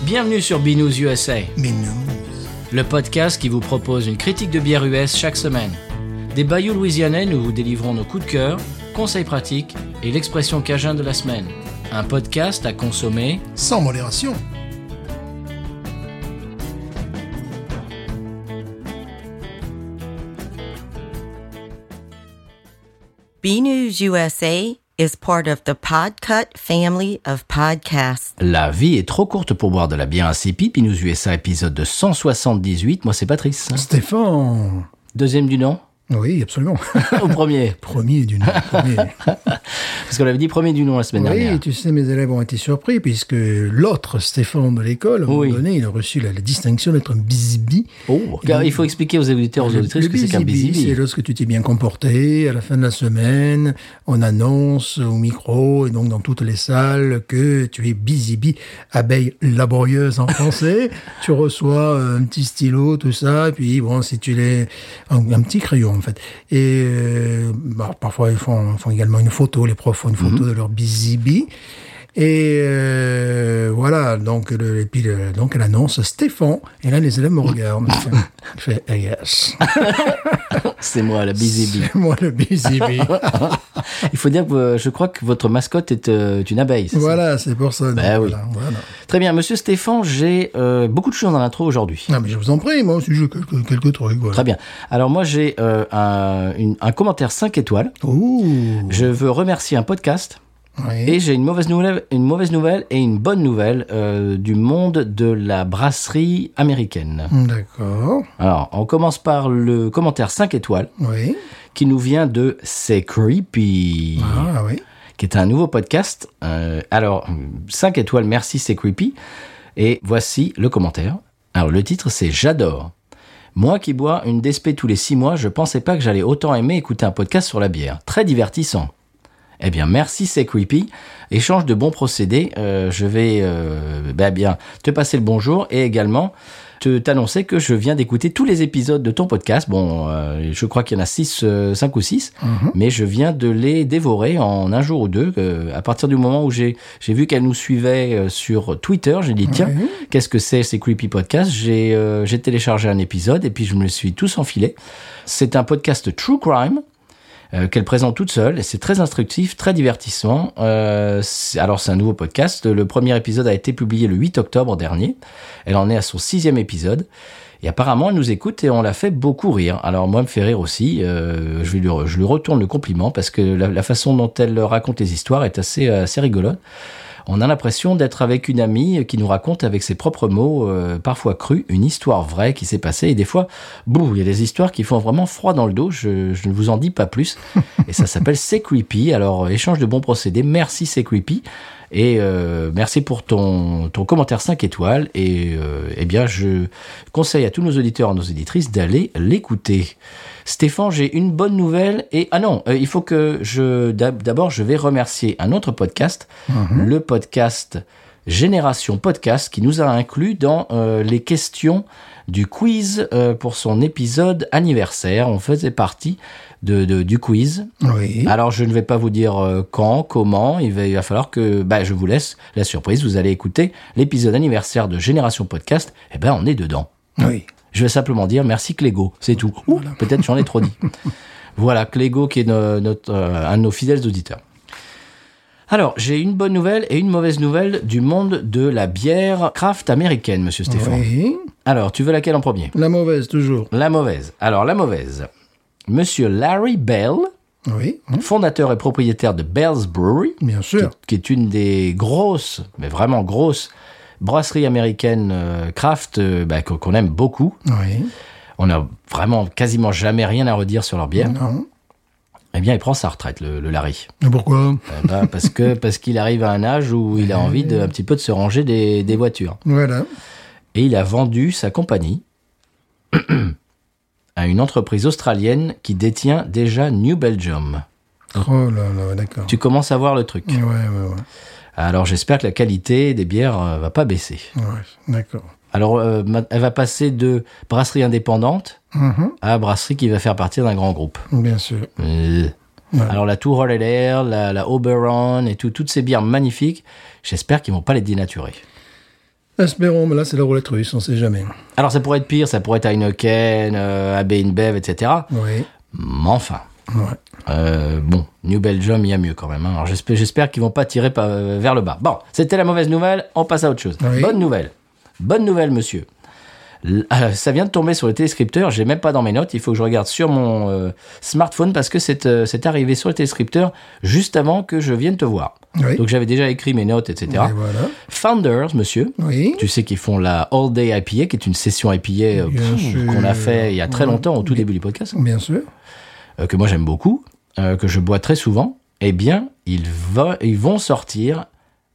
Bienvenue sur Binous USA, Binous, le podcast qui vous propose une critique de bière US chaque semaine. Des bayous louisianais, nous vous délivrons nos coups de cœur, conseils pratiques et l'expression cajun de la semaine. Un podcast à consommer sans modération. BNews USA is part of the Podcut family of podcasts. La vie est trop courte pour boire de la bière insipide. Binous USA épisode de 178. Moi, c'est Patrice. Stéphane. Deuxième du nom. Oui, absolument. Au premier. Premier du nom. Premier. Parce qu'on avait dit premier du nom la semaine dernière. Oui, tu sais, mes élèves ont été surpris puisque l'autre Stéphane de l'école, à un moment donné, il a reçu la distinction d'être un busy-bee. Oh, car il faut expliquer aux auditeurs, aux auditrices que c'est qu'un busy-bee. C'est lorsque tu t'es bien comporté, à la fin de la semaine, on annonce au micro et donc dans toutes les salles que tu es busy-bee, abeille laborieuse en français. Tu reçois un petit stylo, tout ça, et puis bon, si tu l'es, un petit crayon en fait. Et parfois ils font également une photo, les profs font une photo de leur busy-bee. Et voilà, donc donc elle annonce Stéphane, et là les élèves me regardent. Je fais yes. C'est moi, la busy bee. C'est moi le busy bee. Il faut dire que je crois que votre mascotte est une abeille. C'est voilà, c'est pour ça. Ben oui. Voilà. Très bien, monsieur Stéphane, j'ai beaucoup de choses dans l'intro aujourd'hui. Non, mais je vous en prie, moi aussi j'ai quelques trucs. Voilà. Très bien. Alors moi j'ai un commentaire 5 étoiles. Ouh. Je veux remercier un podcast. Oui. Et j'ai une mauvaise nouvelle et une bonne nouvelle du monde de la brasserie américaine. D'accord. Alors, on commence par le commentaire 5 étoiles Oui. qui nous vient de C'est Creepy, Ah oui. qui est un nouveau podcast. Alors, 5 étoiles, merci C'est Creepy. Et voici le commentaire. Alors, le titre, c'est « J'adore ». Moi qui bois une DSP tous les 6 mois, je pensais pas que j'allais autant aimer écouter un podcast sur la bière. Très divertissant. Eh bien, merci, c'est creepy. Échange de bons procédés. Je vais bien te passer le bonjour et également t'annoncer que je viens d'écouter tous les épisodes de ton podcast. Bon, je crois qu'il y en a 5 ou 6, mais je viens de les dévorer en un jour ou deux. À partir du moment où j'ai vu qu'elle nous suivait sur Twitter, j'ai dit tiens, qu'est-ce que c'est ces Creepy Podcasts ? J'ai téléchargé un épisode et puis je me le suis tous enfilé. C'est un podcast True Crime. Qu'elle présente toute seule, et c'est très instructif, très divertissant. Alors c'est un nouveau podcast, le premier épisode a été publié le 8 octobre dernier, elle en est à son 6e épisode, et apparemment elle nous écoute et on la fait beaucoup rire. Alors moi, elle me fait rire aussi, je lui retourne le compliment, parce que la façon dont elle raconte les histoires est assez rigolote. On a l'impression d'être avec une amie qui nous raconte avec ses propres mots, parfois crus, une histoire vraie qui s'est passée. Et des fois, il y a des histoires qui font vraiment froid dans le dos. Je ne vous en dis pas plus. Et ça s'appelle C'est Creepy. Alors, échange de bons procédés. Merci C'est Creepy. Et merci pour ton commentaire 5 étoiles. Et eh bien, je conseille à tous nos auditeurs et nos auditrices d'aller l'écouter. Stéphane, j'ai une bonne nouvelle. Et il faut que d'abord, je vais remercier un autre podcast, le podcast Génération Podcast, qui nous a inclus dans les questions du quiz pour son épisode anniversaire. On faisait partie du quiz. Oui. Alors, je ne vais pas vous dire quand, comment. Il va falloir que je vous laisse la surprise. Vous allez écouter l'épisode anniversaire de Génération Podcast. Eh ben, on est dedans. Oui. Je vais simplement dire merci Clégo, c'est tout. Voilà. Peut-être j'en ai trop dit. Voilà, Clégo qui est un de nos fidèles auditeurs. Alors, j'ai une bonne nouvelle et une mauvaise nouvelle du monde de la bière craft américaine, monsieur Stéphane. Oui. Alors, tu veux laquelle en premier ? La mauvaise, toujours. La mauvaise. Alors, la mauvaise. Monsieur Larry Bell, oui. fondateur et propriétaire de Bell's Brewery, Bien sûr. qui est une des grosses, mais vraiment grosses, brasseries américaines craft qu'on aime beaucoup. Oui. On n'a vraiment quasiment jamais rien à redire sur leur bière. Non. Eh bien, il prend sa retraite, le Larry. Et pourquoi ? Parce qu'il arrive à un âge où il a envie un petit peu de se ranger des voitures. Voilà. Et il a vendu sa compagnie à une entreprise australienne qui détient déjà New Belgium. Oh là là, d'accord. Tu commences à voir le truc. Ouais. Alors, j'espère que la qualité des bières va pas baisser. Ouais, d'accord. Alors, elle va passer de brasserie indépendante à brasserie qui va faire partie d'un grand groupe. Bien sûr. Voilà. Alors, la Two Hearted Ale, la Oberon et toutes ces bières magnifiques, j'espère qu'ils vont pas les dénaturer. Espérons, mais là, c'est la roulette russe, on sait jamais. Alors, ça pourrait être pire, ça pourrait être Heineken, AB InBev, etc. Oui. Mais enfin, Ouais. bon, New Belgium, il y a mieux quand même. Hein. Alors, j'espère qu'ils vont pas tirer vers le bas. Bon, c'était la mauvaise nouvelle, on passe à autre chose. Oui. Bonne nouvelle, monsieur. Ça vient de tomber sur le téléscripteur, j'ai même pas dans mes notes, il faut que je regarde sur mon smartphone parce que c'est arrivé sur le téléscripteur juste avant que je vienne te voir. Oui. Donc j'avais déjà écrit mes notes, etc. Et voilà. Founders, monsieur, Oui. tu sais qu'ils font la All Day IPA, qui est une session IPA Bien sûr. qu'on a fait il y a très longtemps, au tout début du podcast, Bien sûr. que moi j'aime beaucoup, que je bois très souvent. Eh bien, ils vont sortir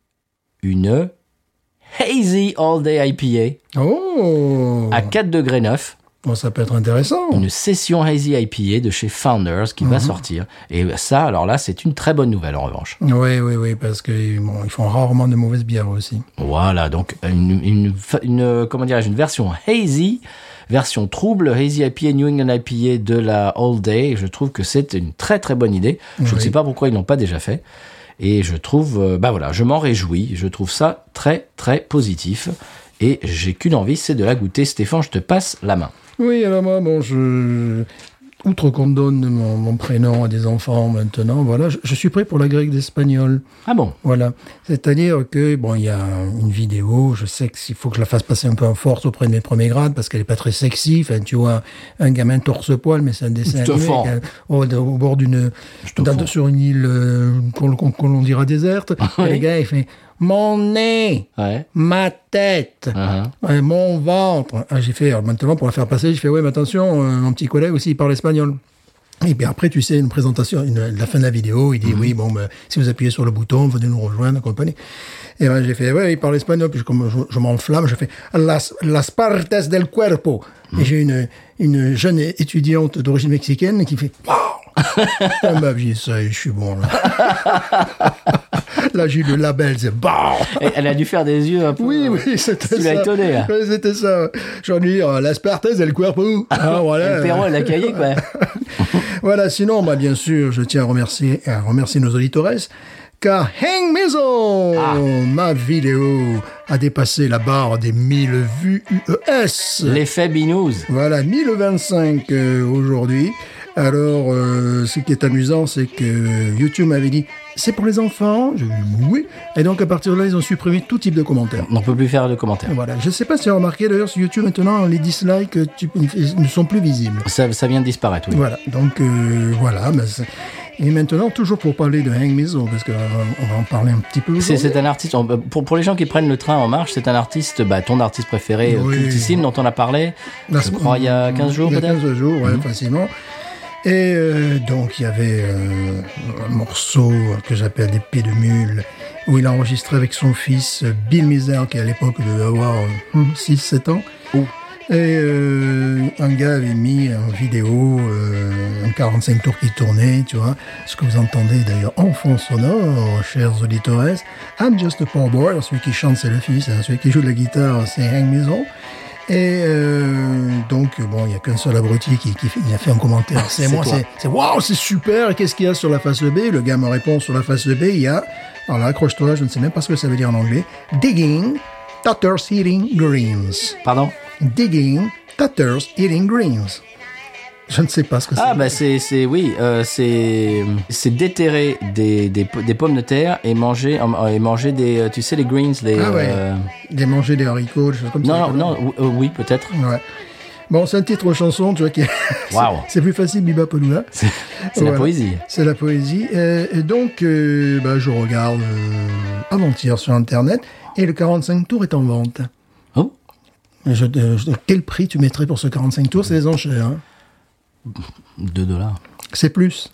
une Hazy All Day IPA Oh. à 4 degrés 9. Bon, ça peut être intéressant. Une session Hazy IPA de chez Founders qui va sortir. Et ça, alors là, c'est une très bonne nouvelle en revanche. Oui, parce que bon, ils font rarement de mauvaises bières aussi. Voilà, donc comment dirais-je, une version Hazy, version trouble, Hazy IPA, New England IPA de la All Day. Je trouve que c'est une très très bonne idée. Je ne sais pas pourquoi ils l'ont pas déjà fait. Et je trouve, voilà, je m'en réjouis. Je trouve ça très très positif. Et j'ai qu'une envie, c'est de la goûter. Stéphane, je te passe la main. Oui, alors moi, bon, outre qu'on donne mon prénom à des enfants maintenant, voilà, je suis prêt pour la grecque d'espagnol. Ah bon? Voilà. C'est-à-dire que, bon, il y a une vidéo, je sais qu'il faut que je la fasse passer un peu en force auprès de mes premiers grades, parce qu'elle est pas très sexy. Enfin, tu vois, un gamin torse-poil, mais c'est un dessin Je te fends. au bord sur une île, qu'on dira déserte. Oui. Et le gars, il fait, mon nez, Ouais. ma tête, Uh-huh. mon ventre. Ah, j'ai fait, alors maintenant, pour la faire passer, j'ai fait, ouais, mais attention, mon petit collègue aussi, il parle espagnol. Et puis après, tu sais, une présentation, la fin de la vidéo, il dit, oui, bon, ben, si vous appuyez sur le bouton, venez nous rejoindre, compagnie. Et ben, j'ai fait, ouais, il parle espagnol, puis comme je m'enflamme, je fais, las partes del cuerpo. Et j'ai une jeune étudiante d'origine mexicaine qui fait, waouh! Ah, bah, j'ai dit, ça y est, je suis bon, là. Là, j'ai eu le label, c'est BAM! Et elle a dû faire des yeux un peu. Oui, c'était ça. Tu l'as étonné, là. Oui, c'était ça. J'en ai dit, las partes del cuerpo. Ah, voilà. Le Perron, elle l'a caillé, quoi. Voilà, sinon, bah, bien sûr, je tiens à remercier nos auditeurs, car Hang Maison, ma vidéo a dépassé la barre des 1000 vues UES. L'effet binouze. Voilà, 1025 aujourd'hui. Alors, ce qui est amusant, c'est que YouTube m'avait dit, c'est pour les enfants. J'ai dit oui. Et donc, à partir de là, ils ont supprimé tout type de commentaires. On ne peut plus faire de commentaires. Voilà. Je ne sais pas si tu as remarqué, d'ailleurs, sur YouTube, maintenant, les dislikes ne sont plus visibles. Ça vient de disparaître, oui. Voilà. Donc, voilà. Mais et maintenant, toujours pour parler de Hang Maison, parce qu'on va en parler un petit peu aujourd'hui. C'est un artiste, pour les gens qui prennent le train en marche, c'est un artiste, ton artiste préféré, Oui. cultissime, dont on a parlé, je crois, il y a 15 jours il y a peut-être. 15 jours, ouais, facilement. Et donc, il y avait un morceau que j'appelle Des pieds de mule, où il a enregistré avec son fils Bill Mizer, qui à l'époque devait avoir 6-7 ans. Et un gars avait mis en vidéo un 45 tours qui tournait, tu vois. Ce que vous entendez d'ailleurs en fond sonore, chers auditeurs. I'm just a poor boy. Alors, celui qui chante, c'est le fils. Hein. Celui qui joue de la guitare, c'est Hang Maison. Et donc, bon, il n'y a qu'un seul abruti qui a fait un commentaire. C'est moi, toi. c'est waouh, c'est super. Qu'est-ce qu'il y a sur la face B? Le gars me répond sur la face B, il y a, alors là, accroche-toi, je ne sais même pas ce que ça veut dire en anglais. Digging, tatters eating greens. Pardon? Digging, tatters eating greens. Je ne sais pas ce que c'est. Ah, bah, c'est déterrer des pommes de terre et manger des, tu sais, les greens, Ah ouais. Des manger des haricots, des choses comme ça. oui, peut-être. Ouais. Bon, c'est un titre chanson, tu vois, qui est... Waouh. C'est plus facile, Biba Palula. C'est Voilà. la poésie. C'est la poésie. Et donc, je regarde avant-hier sur Internet, et le 45 tours est en vente. Oh. Quel prix tu mettrais pour ce 45 tours? C'est les enchères. Hein. $2. C'est plus.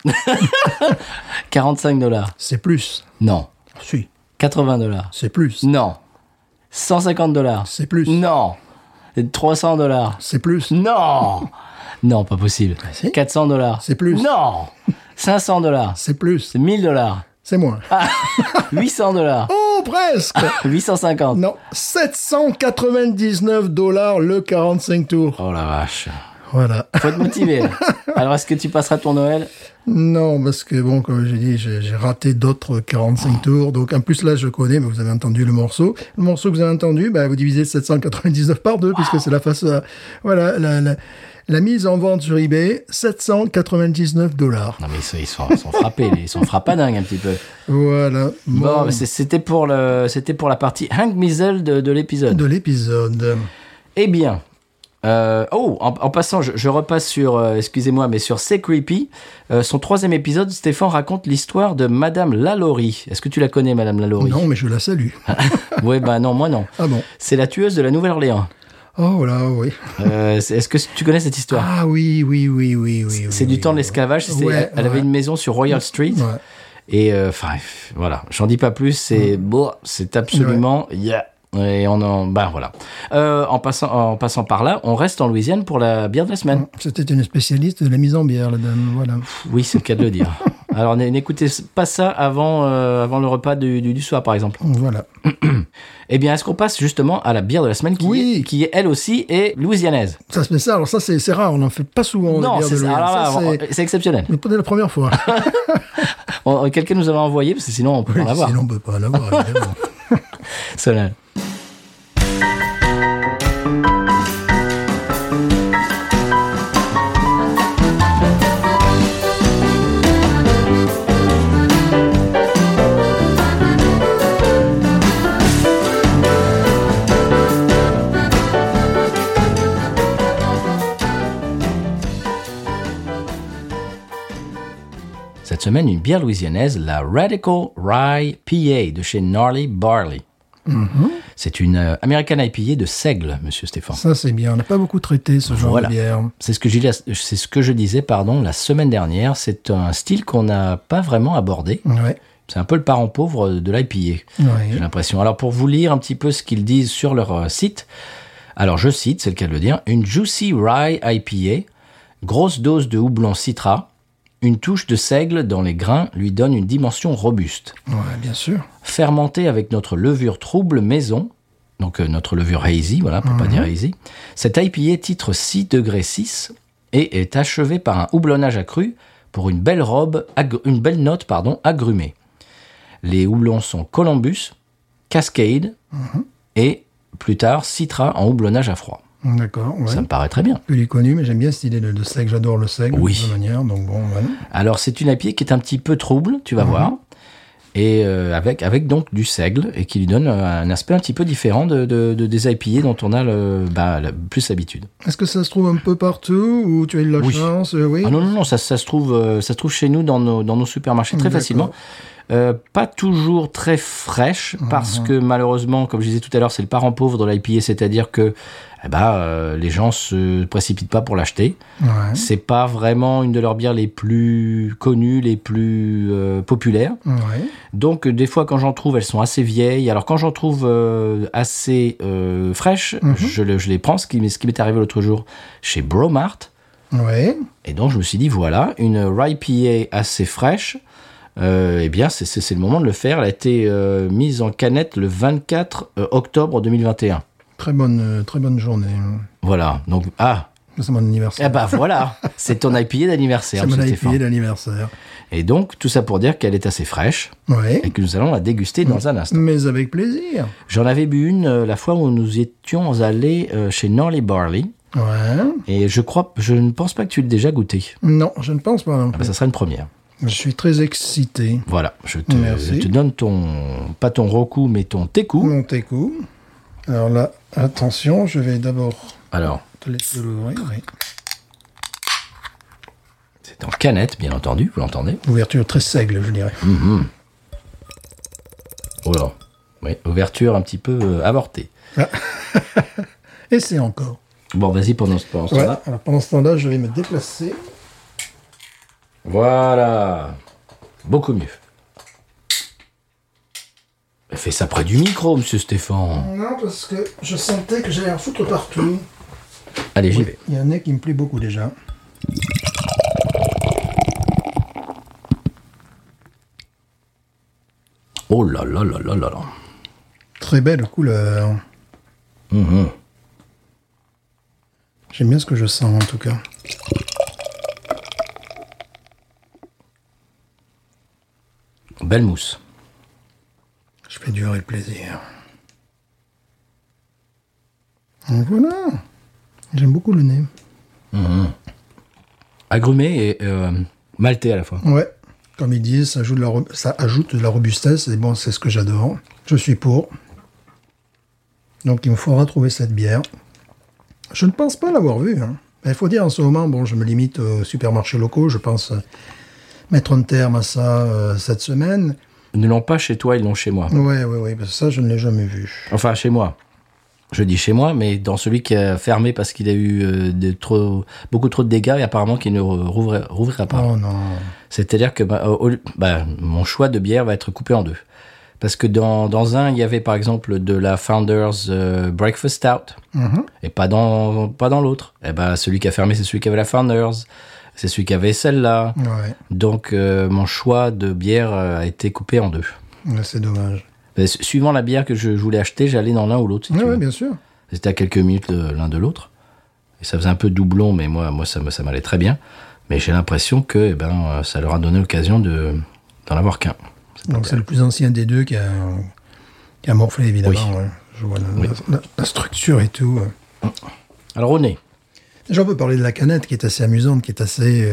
$45. C'est plus. Non. Si. $80. C'est plus. Non. $150. C'est plus. Non. $300. C'est plus. Non. Non, pas possible. si. $400. C'est plus. Non. $500. C'est plus. C'est $1000. C'est moins. $800. Oh, presque. 850. Non, $799 le 45 tours. Oh la vache. Voilà. Faut être motivé. Alors, est-ce que tu passeras ton Noël? Non, parce que bon, comme j'ai dit, j'ai raté d'autres 45 tours. Donc, en plus, là, je connais, mais vous avez entendu le morceau. Le morceau que vous avez entendu, vous divisez 799 par 2, puisque c'est la face, voilà, la mise en vente sur eBay, $799. Non, mais ils sont frappés, ils sont frappadingues un petit peu. Voilà. Bon, c'était pour la partie Hank Mizel de l'épisode. De l'épisode. Eh bien, en passant, je repasse sur, excusez-moi, mais sur C'est Creepy, son 3e épisode, Stéphane raconte l'histoire de Madame Lalaurie. Est-ce que tu la connais, Madame Lalaurie? Non, mais je la salue. Oui, non, moi non. Ah bon? C'est la tueuse de la Nouvelle-Orléans. Oh là, oui. Est-ce que tu connais cette histoire? Ah oui. C'est du temps de l'esclavage. Elle avait une maison sur Royal Street. Ouais. Et voilà, j'en dis pas plus. C'est absolument et voilà. En passant par là, on reste en Louisiane pour la bière de la semaine. C'était une spécialiste de la mise en bière, la dame. Voilà. Oui, c'est le cas de le dire. Alors n'écoutez pas ça avant le repas du soir, par exemple. Voilà. Eh bien, est-ce qu'on passe justement à la bière de la semaine qui est elle aussi est louisianaise? Alors ça c'est rare, on n'en fait pas souvent. Non, c'est exceptionnel. Mais peut-être la première fois. Quelqu'un nous avait envoyé, parce que sinon on peut pas en avoir. Sinon on peut pas en avoir, évidemment. Solal. Cette semaine, une bière louisianaise, la Radical Rye PA de chez Gnarly Barley. Mm-hmm. C'est une American IPA de seigle, monsieur Stéphane. Ça, c'est bien. On n'a pas beaucoup traité ce genre de bière. C'est ce que je disais la semaine dernière. C'est un style qu'on n'a pas vraiment abordé. Ouais. C'est un peu le parent pauvre de l'IPA, j'ai l'impression. Alors, pour vous lire un petit peu ce qu'ils disent sur leur site, alors je cite, c'est le cas de le dire, une Juicy Rye IPA, grosse dose de houblon citra, une touche de seigle dans les grains lui donne une dimension robuste. Ouais, bien sûr. Fermentée avec notre levure trouble maison, donc notre levure hazy, voilà, pour pas dire hazy, cette IPA titre 6 degrés 6 et est achevée par un houblonnage accru pour une belle note agrumée. Les houblons sont Columbus, Cascade et plus tard Citra en houblonnage à froid. D'accord, ouais. Ça me paraît très bien. Peu du connu, mais j'aime bien cette idée de seigle. J'adore le seigle de toute manière, donc bon, voilà. Alors, c'est une IPA qui est un petit peu trouble, tu vas voir, et avec donc du seigle, et qui lui donne un aspect un petit peu différent des IPA dont on a plus l'habitude. Est-ce que ça se trouve un peu partout, ou tu as eu de la chance? Oui. Ah non, ça se trouve chez nous dans nos supermarchés très facilement. Pas toujours très fraîche, parce que malheureusement, comme je disais tout à l'heure, c'est le parent pauvre de l'IPA, c'est-à-dire que les gens se précipitent pas pour l'acheter. Ouais. C'est pas vraiment une de leurs bières les plus connues, les plus populaires. Ouais. Donc des fois quand j'en trouve, elles sont assez vieilles. Alors quand j'en trouve assez fraîches, je les prends. Ce qui m'est arrivé l'autre jour chez Bromart. Ouais. Et donc je me suis dit voilà, une Rye PA assez fraîche. Eh bien, c'est le moment de le faire. Elle a été mise en canette le 24 octobre 2021. Très bonne journée. Voilà. Donc, c'est mon anniversaire. Voilà. C'est ton IPA d'anniversaire. C'est mon IPA d'anniversaire. Et donc, tout ça pour dire qu'elle est assez fraîche. Ouais. Et que nous allons la déguster dans un instant. Mais avec plaisir. J'en avais bu une la fois où nous étions allés chez Gnarly Barley. Ouais. Et je ne pense pas que tu l'aies déjà goûté. Non, je ne pense pas non plus. Ça sera une première. Je suis très excité. Voilà, je te donne pas ton Roku, mais ton Teku. Mon Teku. Alors là, attention, je vais d'abord te laisser l'ouvrir. Oui. C'est en canette, bien entendu, vous l'entendez. Ouverture très seigle, je dirais. Oh là, oui, ouverture un petit peu avortée. Et c'est encore. Bon, vas-y pendant ce temps-là. Ouais, alors pendant ce temps-là, je vais me déplacer. Voilà. Beaucoup mieux. Fais ça près du micro, monsieur Stéphane. Non, parce que je sentais que j'allais en foutre partout. Allez, j'y vais. Il y a un nez qui me plaît beaucoup déjà. Oh là là là là là là. Très belle couleur. J'aime bien ce que je sens, en tout cas. Belle mousse. Je fais durer le plaisir. Et voilà. J'aime beaucoup le nez. Agrumé et maltais à la fois. Ouais. Comme ils disent, ça ajoute de la robustesse. Et bon, c'est ce que j'adore. Je suis pour. Donc, il me faudra trouver cette bière. Je ne pense pas l'avoir vue. Hein. Il faut dire, en ce moment, bon, je me limite aux supermarchés locaux. Je pense mettre un terme à ça cette semaine. Ils ne l'ont pas chez toi, ils l'ont chez moi. Ouais. Parce que ça, je ne l'ai jamais vu. Enfin, chez moi. Je dis chez moi, mais dans celui qui a fermé parce qu'il a eu beaucoup trop de dégâts et apparemment qu'il ne rouvrira pas. Oh non. C'est-à-dire que mon choix de bière va être coupé en deux. Parce que dans un, il y avait par exemple de la Founders Breakfast Stout, et pas dans l'autre. Et celui qui a fermé, c'est celui qui avait la Founders, c'est celui qui avait celle-là. Ouais. Donc mon choix de bière a été coupé en deux. Ouais, c'est dommage. Suivant la bière que je voulais acheter, j'allais dans l'un ou l'autre. Si tu veux. Oui, bien sûr. C'était à quelques minutes l'un de l'autre. Et ça faisait un peu doublon, mais moi ça m'allait très bien. Mais j'ai l'impression que ça leur a donné l'occasion d'en avoir qu'un. Donc c'est le plus ancien des deux qui a morflé, évidemment. Oui. Ouais. Je vois la structure et tout. Alors au nez. Déjà, on peut parler de la canette qui est assez amusante, qui est assez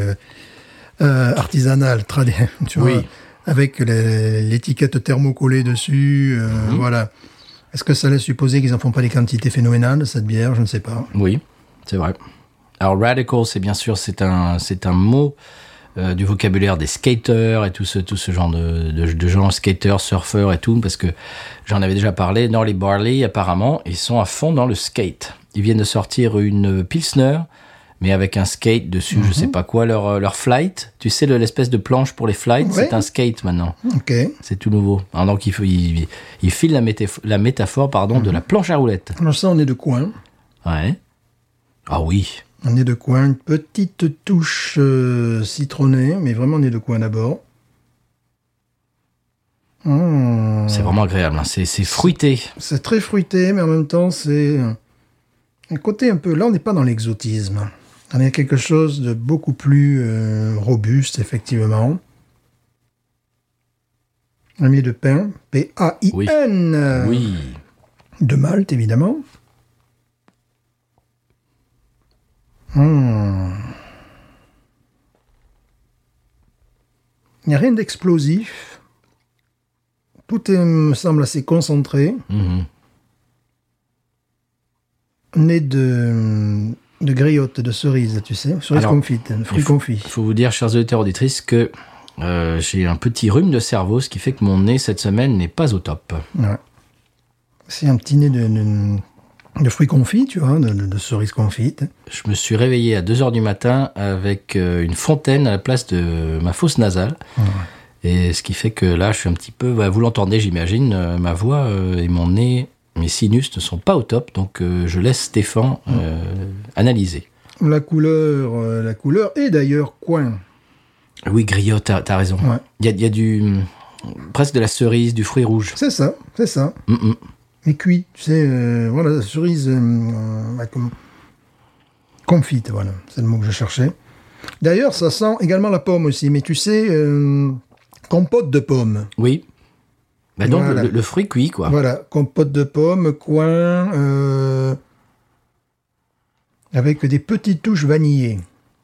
artisanale, tu vois, avec l'étiquette thermocollée dessus. Voilà. Est-ce que ça laisse supposer qu'ils n'en font pas des quantités phénoménales, cette bière? Je ne sais pas. Oui, c'est vrai. Alors radical, c'est bien sûr, c'est un mot du vocabulaire des skaters et tout ce genre de gens, skaters, surfeurs et tout, parce que j'en avais déjà parlé. Dans les Barley, apparemment, ils sont à fond dans le skate. Ils viennent de sortir une Pilsner, mais avec un skate dessus, je sais pas quoi, leur flight. Tu sais, l'espèce de planche pour les flights, c'est un skate maintenant. Ok. C'est tout nouveau. Alors donc, il file la métaphore de la planche à roulettes. Alors ça, on est de coin. Ouais. Ah oui. On est de coin, une petite touche citronnée, mais vraiment on est de coin d'abord. C'est vraiment agréable, hein. C'est fruité. C'est très fruité, mais en même temps, c'est un côté un peu... Là, on n'est pas dans l'exotisme. On est quelque chose de beaucoup plus robuste, effectivement. Un miel de pain, P-A-I-N. Oui. De Malte, évidemment. Il n'y a rien d'explosif. Tout me semble assez concentré. Né de griotte, de cerise, tu sais. Cerise confite, fruits confits. Il faut vous dire, chers auditeurs auditrices, que j'ai un petit rhume de cerveau, ce qui fait que mon nez cette semaine n'est pas au top. Ouais. C'est un petit nez de fruits confits, tu vois, de cerises confites. Je me suis réveillé à 2h du matin avec une fontaine à la place de ma fosse nasale. Ouais. Et ce qui fait que là, je suis un petit peu... vous l'entendez, j'imagine, ma voix et mon nez, mes sinus ne sont pas au top. Donc, je laisse Stéphane analyser. La couleur est d'ailleurs coin. Oui, griotte, t'as raison. Ouais. Il y a presque de la cerise, du fruit rouge. C'est ça. Mais cuit, tu sais, voilà, la cerise confite, voilà, c'est le mot que je cherchais. D'ailleurs, ça sent également la pomme aussi, mais tu sais, compote de pomme. Oui. Donc, voilà. le fruit cuit, quoi. Voilà, compote de pomme, coin, avec des petites touches vanillées.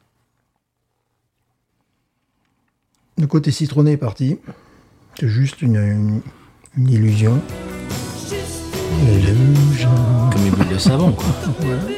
Le côté citronné est parti. C'est juste une illusion. Comme une boule de savon, quoi. Ouais.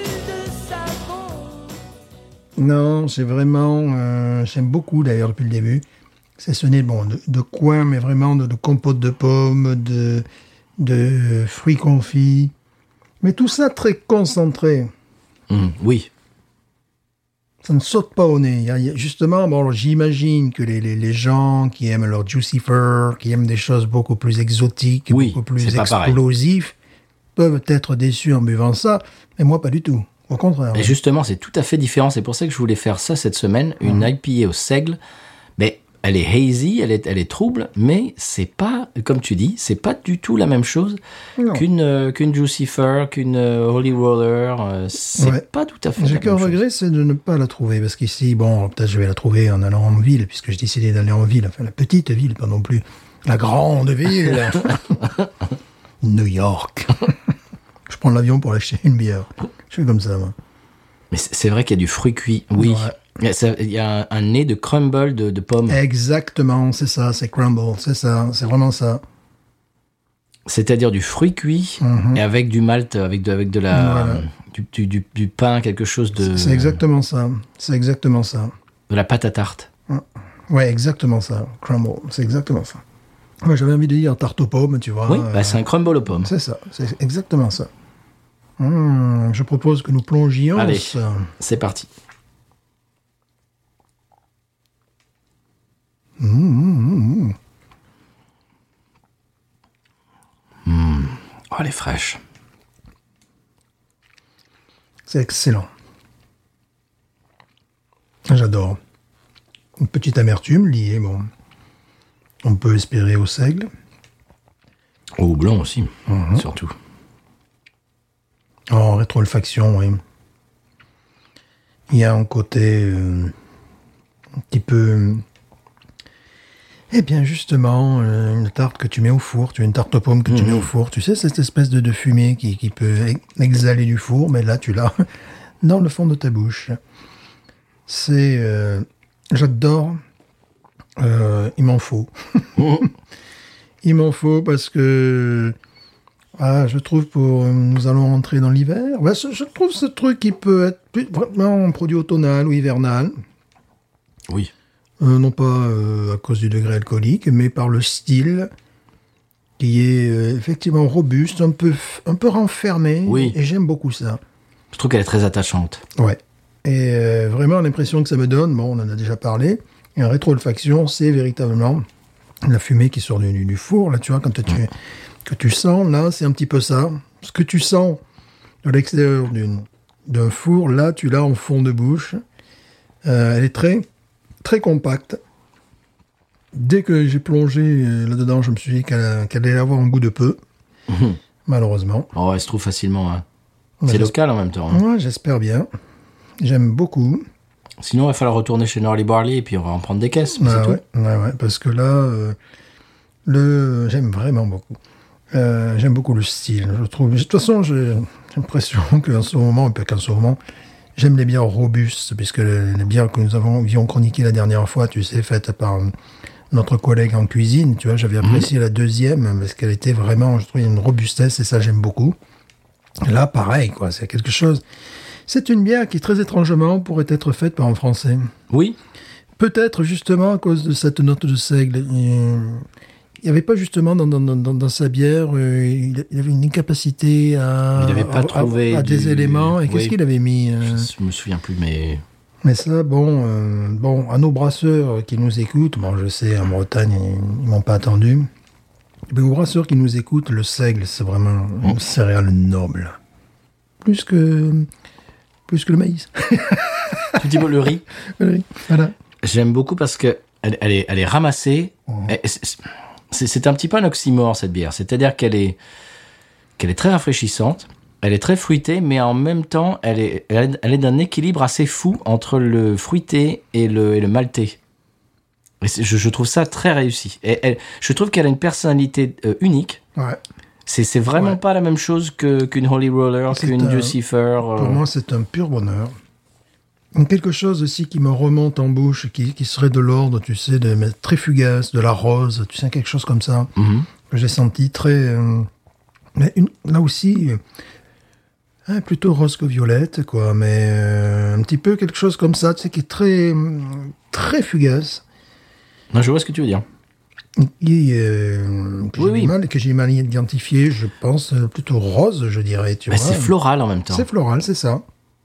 Non, c'est vraiment... j'aime beaucoup, d'ailleurs, depuis le début. C'est ce nez, de coin, mais vraiment de compote de pommes, de fruits confits. Mais tout ça très concentré. Oui. Ça ne saute pas au nez. Justement, j'imagine que les gens qui aiment leur Juicy Fur, qui aiment des choses beaucoup plus exotiques, beaucoup plus explosives, peuvent être déçus en buvant ça, mais moi, pas du tout. Au contraire. Et justement, c'est tout à fait différent. C'est pour ça que je voulais faire ça cette semaine, une IPA au seigle, mais elle est hazy, elle est trouble, mais c'est pas, comme tu dis, c'est pas du tout la même chose Non. qu'une Jucifer, qu'une Holy Roller. C'est Ouais. pas tout à fait J'ai la qu'un même chose. regret, c'est de ne pas la trouver. Parce qu'ici, bon, peut-être je vais la trouver en allant en ville, puisque j'ai décidé d'aller en ville. Enfin, la petite ville, pas non plus la grande ville. New York. Je prends l'avion pour acheter une bière. Je fais comme ça, moi. Mais c'est vrai qu'il y a du fruit cuit, oui. Ouais. Il y a un nez de crumble de pommes. Exactement, c'est ça, c'est crumble, c'est ça, c'est vraiment ça. C'est-à-dire du fruit cuit et avec du malt, avec de la Voilà. du pain, quelque chose de C'est exactement ça. C'est exactement ça. de la pâte à tarte. Ouais, exactement ça. Crumble, c'est exactement ça. Moi, j'avais envie de dire tarte aux pommes, tu vois. Oui, bah, c'est un crumble aux pommes. C'est ça, c'est exactement ça. Je propose que nous plongions. Allez. ça. C'est parti. Oh, elle est fraîche. C'est excellent. J'adore. Une petite amertume liée, bon, on peut espérer au seigle. Au houblon aussi, surtout. En rétro-olfaction, oui. Il y a un côté un petit peu... Eh bien, justement, une tarte que tu mets au four, tu as une tarte aux pommes que tu mets au four, tu sais, cette espèce de fumée qui peut exhaler du four, mais là, tu l'as dans le fond de ta bouche. C'est... j'adore. Il m'en faut. Il m'en faut parce que... Ah, je trouve nous allons rentrer dans l'hiver. Ouais, je trouve ce truc qui peut être vraiment un produit automnal ou hivernal. Oui. Non pas à cause du degré alcoolique, mais par le style qui est effectivement robuste, un peu renfermé. Oui. Et j'aime beaucoup ça. Je trouve qu'elle est très attachante. Ouais. Et vraiment l'impression que ça me donne, bon, on en a déjà parlé, et en rétro-olfaction, c'est véritablement la fumée qui sort du four, là, tu vois, que tu sens, là, c'est un petit peu ça. Ce que tu sens de l'extérieur d'un four, là, tu l'as en fond de bouche. Elle est très, très compacte. Dès que j'ai plongé là-dedans, je me suis dit qu'elle allait avoir un goût de peu. Malheureusement. Oh, elle se trouve facilement. Hein. Ouais, C'est local en même temps. Hein. Ouais, j'espère bien. J'aime beaucoup. Sinon, il va falloir retourner chez Norley Barley et puis on va en prendre des caisses. Mais c'est tout. Ouais, parce que là, j'aime vraiment beaucoup. J'aime beaucoup le style. Je trouve. De toute façon, j'ai l'impression qu'en ce moment, j'aime les bières robustes, puisque les bières que nous avions chroniquées la dernière fois, tu sais, faites par notre collègue en cuisine, tu vois, j'avais apprécié la deuxième, parce qu'elle était vraiment, je trouve, une robustesse, et ça, j'aime beaucoup. Et là, pareil, quoi, c'est quelque chose... C'est une bière qui, très étrangement, pourrait être faite par un Français. Oui. Peut-être, justement, à cause de cette note de seigle. Il n'y avait pas, justement, dans sa bière, il avait une incapacité à... Il n'avait pas trouvé à des éléments. Et qu'est-ce Oui. qu'il avait mis Je me souviens plus, mais... Mais ça, bon, à nos brasseurs qui nous écoutent, bon, je sais, en Bretagne, ils m'ont pas attendu. Mais aux brasseurs qui nous écoutent, le seigle, c'est vraiment une céréale noble. Plus que le maïs. Tu dis le riz. Oui, voilà. J'aime beaucoup parce que elle est ramassée. C'est un petit peu un oxymore, cette bière. C'est-à-dire qu'elle est très rafraîchissante. Elle est très fruitée, mais en même temps, elle est d'un équilibre assez fou entre le fruité et le maltais. Et je trouve ça très réussi. Et je trouve qu'elle a une personnalité unique. Ouais. C'est vraiment pas la même chose qu'une Holy Roller, qu'une Jucifer. Pour moi, c'est un pur bonheur. Quelque chose aussi qui me remonte en bouche, qui serait de l'ordre, tu sais, mais très fugace, de la rose, tu sais, quelque chose comme ça, que j'ai senti très... mais là aussi, plutôt rose que violette, quoi, mais un petit peu quelque chose comme ça, tu sais, qui est très, très fugace. Non, je vois ce que tu veux dire. Que j'ai mal identifié, je pense, plutôt rose, je dirais, tu vois. C'est floral en même temps. C'est floral, c'est ça.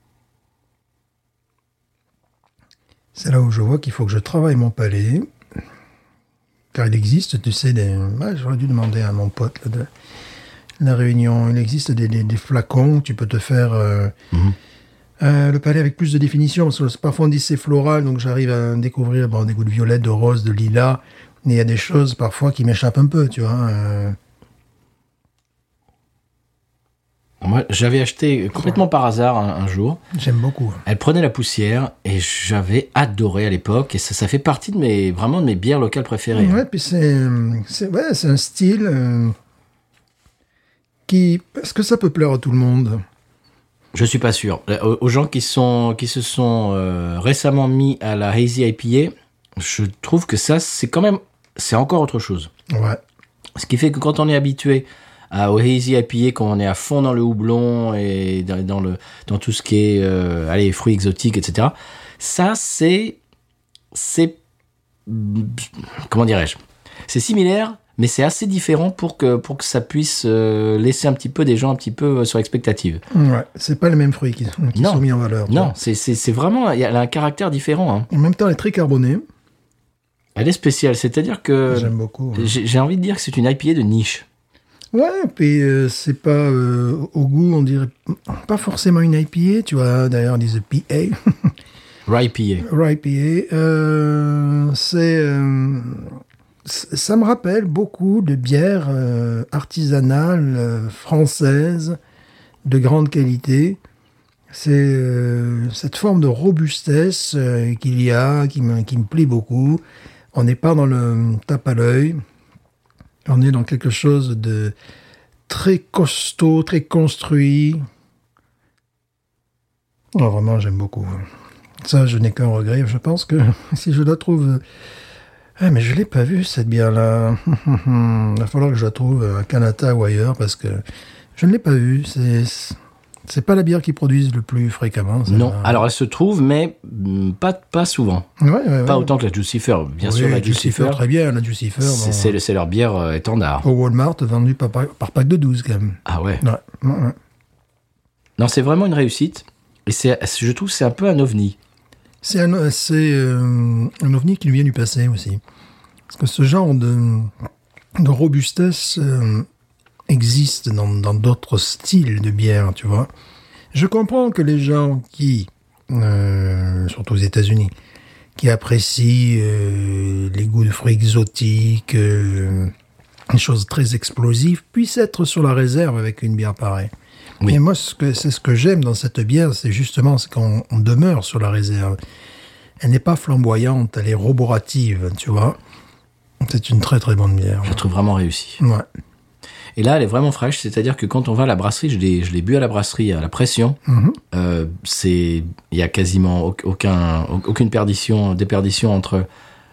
C'est là où je vois qu'il faut que je travaille mon palais. Car il existe, tu sais, j'aurais dû demander à mon pote là, de la Réunion, il existe des flacons où tu peux te faire Le palais avec plus de définition, parce que parfois on dit c'est floral, donc j'arrive à découvrir des goûts de violette, de rose, de lilas, mais il y a des choses parfois qui m'échappent un peu, tu vois. Moi, j'avais acheté complètement par hasard un jour. J'aime beaucoup. Elle prenait la poussière et j'avais adoré à l'époque. Et ça fait partie vraiment de mes bières locales préférées. Ouais, puis c'est un style qui... Est-ce que ça peut plaire à tout le monde? Je suis pas sûr. Aux gens qui se sont récemment mis à la Hazy IPA, je trouve que ça, c'est encore autre chose. Ouais. Ce qui fait que quand on est habitué au Hazy IPA, quand on est à fond dans le houblon et dans tout ce qui est fruits exotiques, etc., ça, c'est comment dirais-je, c'est similaire, mais c'est assez différent pour que ça puisse laisser un petit peu des gens un petit peu sur l'expectative. Ouais, c'est pas les mêmes fruits qui sont mis en valeur. Non, c'est vraiment, elle a un caractère différent. Hein. En même temps, elle est très carbonée. Elle est spéciale, c'est-à-dire que j'aime beaucoup. Hein. J'ai envie de dire que c'est une IPA de niche. Ouais, puis c'est pas au goût, on dirait pas forcément une IPA, tu vois. D'ailleurs, on disait PA. Rye IPA. Rye IPA. Ça me rappelle beaucoup de bières artisanales françaises de grande qualité. C'est cette forme de robustesse qu'il y a, qui me plaît beaucoup. On n'est pas dans le tape à l'œil. On est dans quelque chose de très costaud, très construit. Oh, vraiment, j'aime beaucoup. Ça, je n'ai qu'un regret. Je pense que si je la trouve... Ah, mais je l'ai pas vue, cette bière-là. Il va falloir que je la trouve à Canada ou ailleurs, parce que je ne l'ai pas vue. C'est pas la bière qu'ils produisent le plus fréquemment. Non, alors elle se trouve, mais pas souvent. Ouais. Pas autant que la Jucifer. Bien sûr, la Jucifer, très bien, la Jucifer. C'est leur bière étendard. Au Walmart, vendue par pack de 12, quand même. Ah ouais. Ouais. Non, c'est vraiment une réussite. Et je trouve que c'est un peu un ovni. C'est un ovni qui nous vient du passé aussi. Parce que ce genre de robustesse existe dans d'autres styles de bière, tu vois. Je comprends que les gens qui, surtout aux États-Unis, qui apprécient les goûts de fruits exotiques, des choses très explosives, puissent être sur la réserve avec une bière pareille. Oui. Et moi, c'est ce que j'aime dans cette bière, c'est qu'on demeure sur la réserve. Elle n'est pas flamboyante, elle est roborative, tu vois. C'est une très très bonne bière. Je la trouve vraiment réussie. Ouais. Et là, elle est vraiment fraîche, c'est-à-dire que quand on va à la brasserie, je l'ai bu à la brasserie à la pression. Il y a quasiment aucune déperdition entre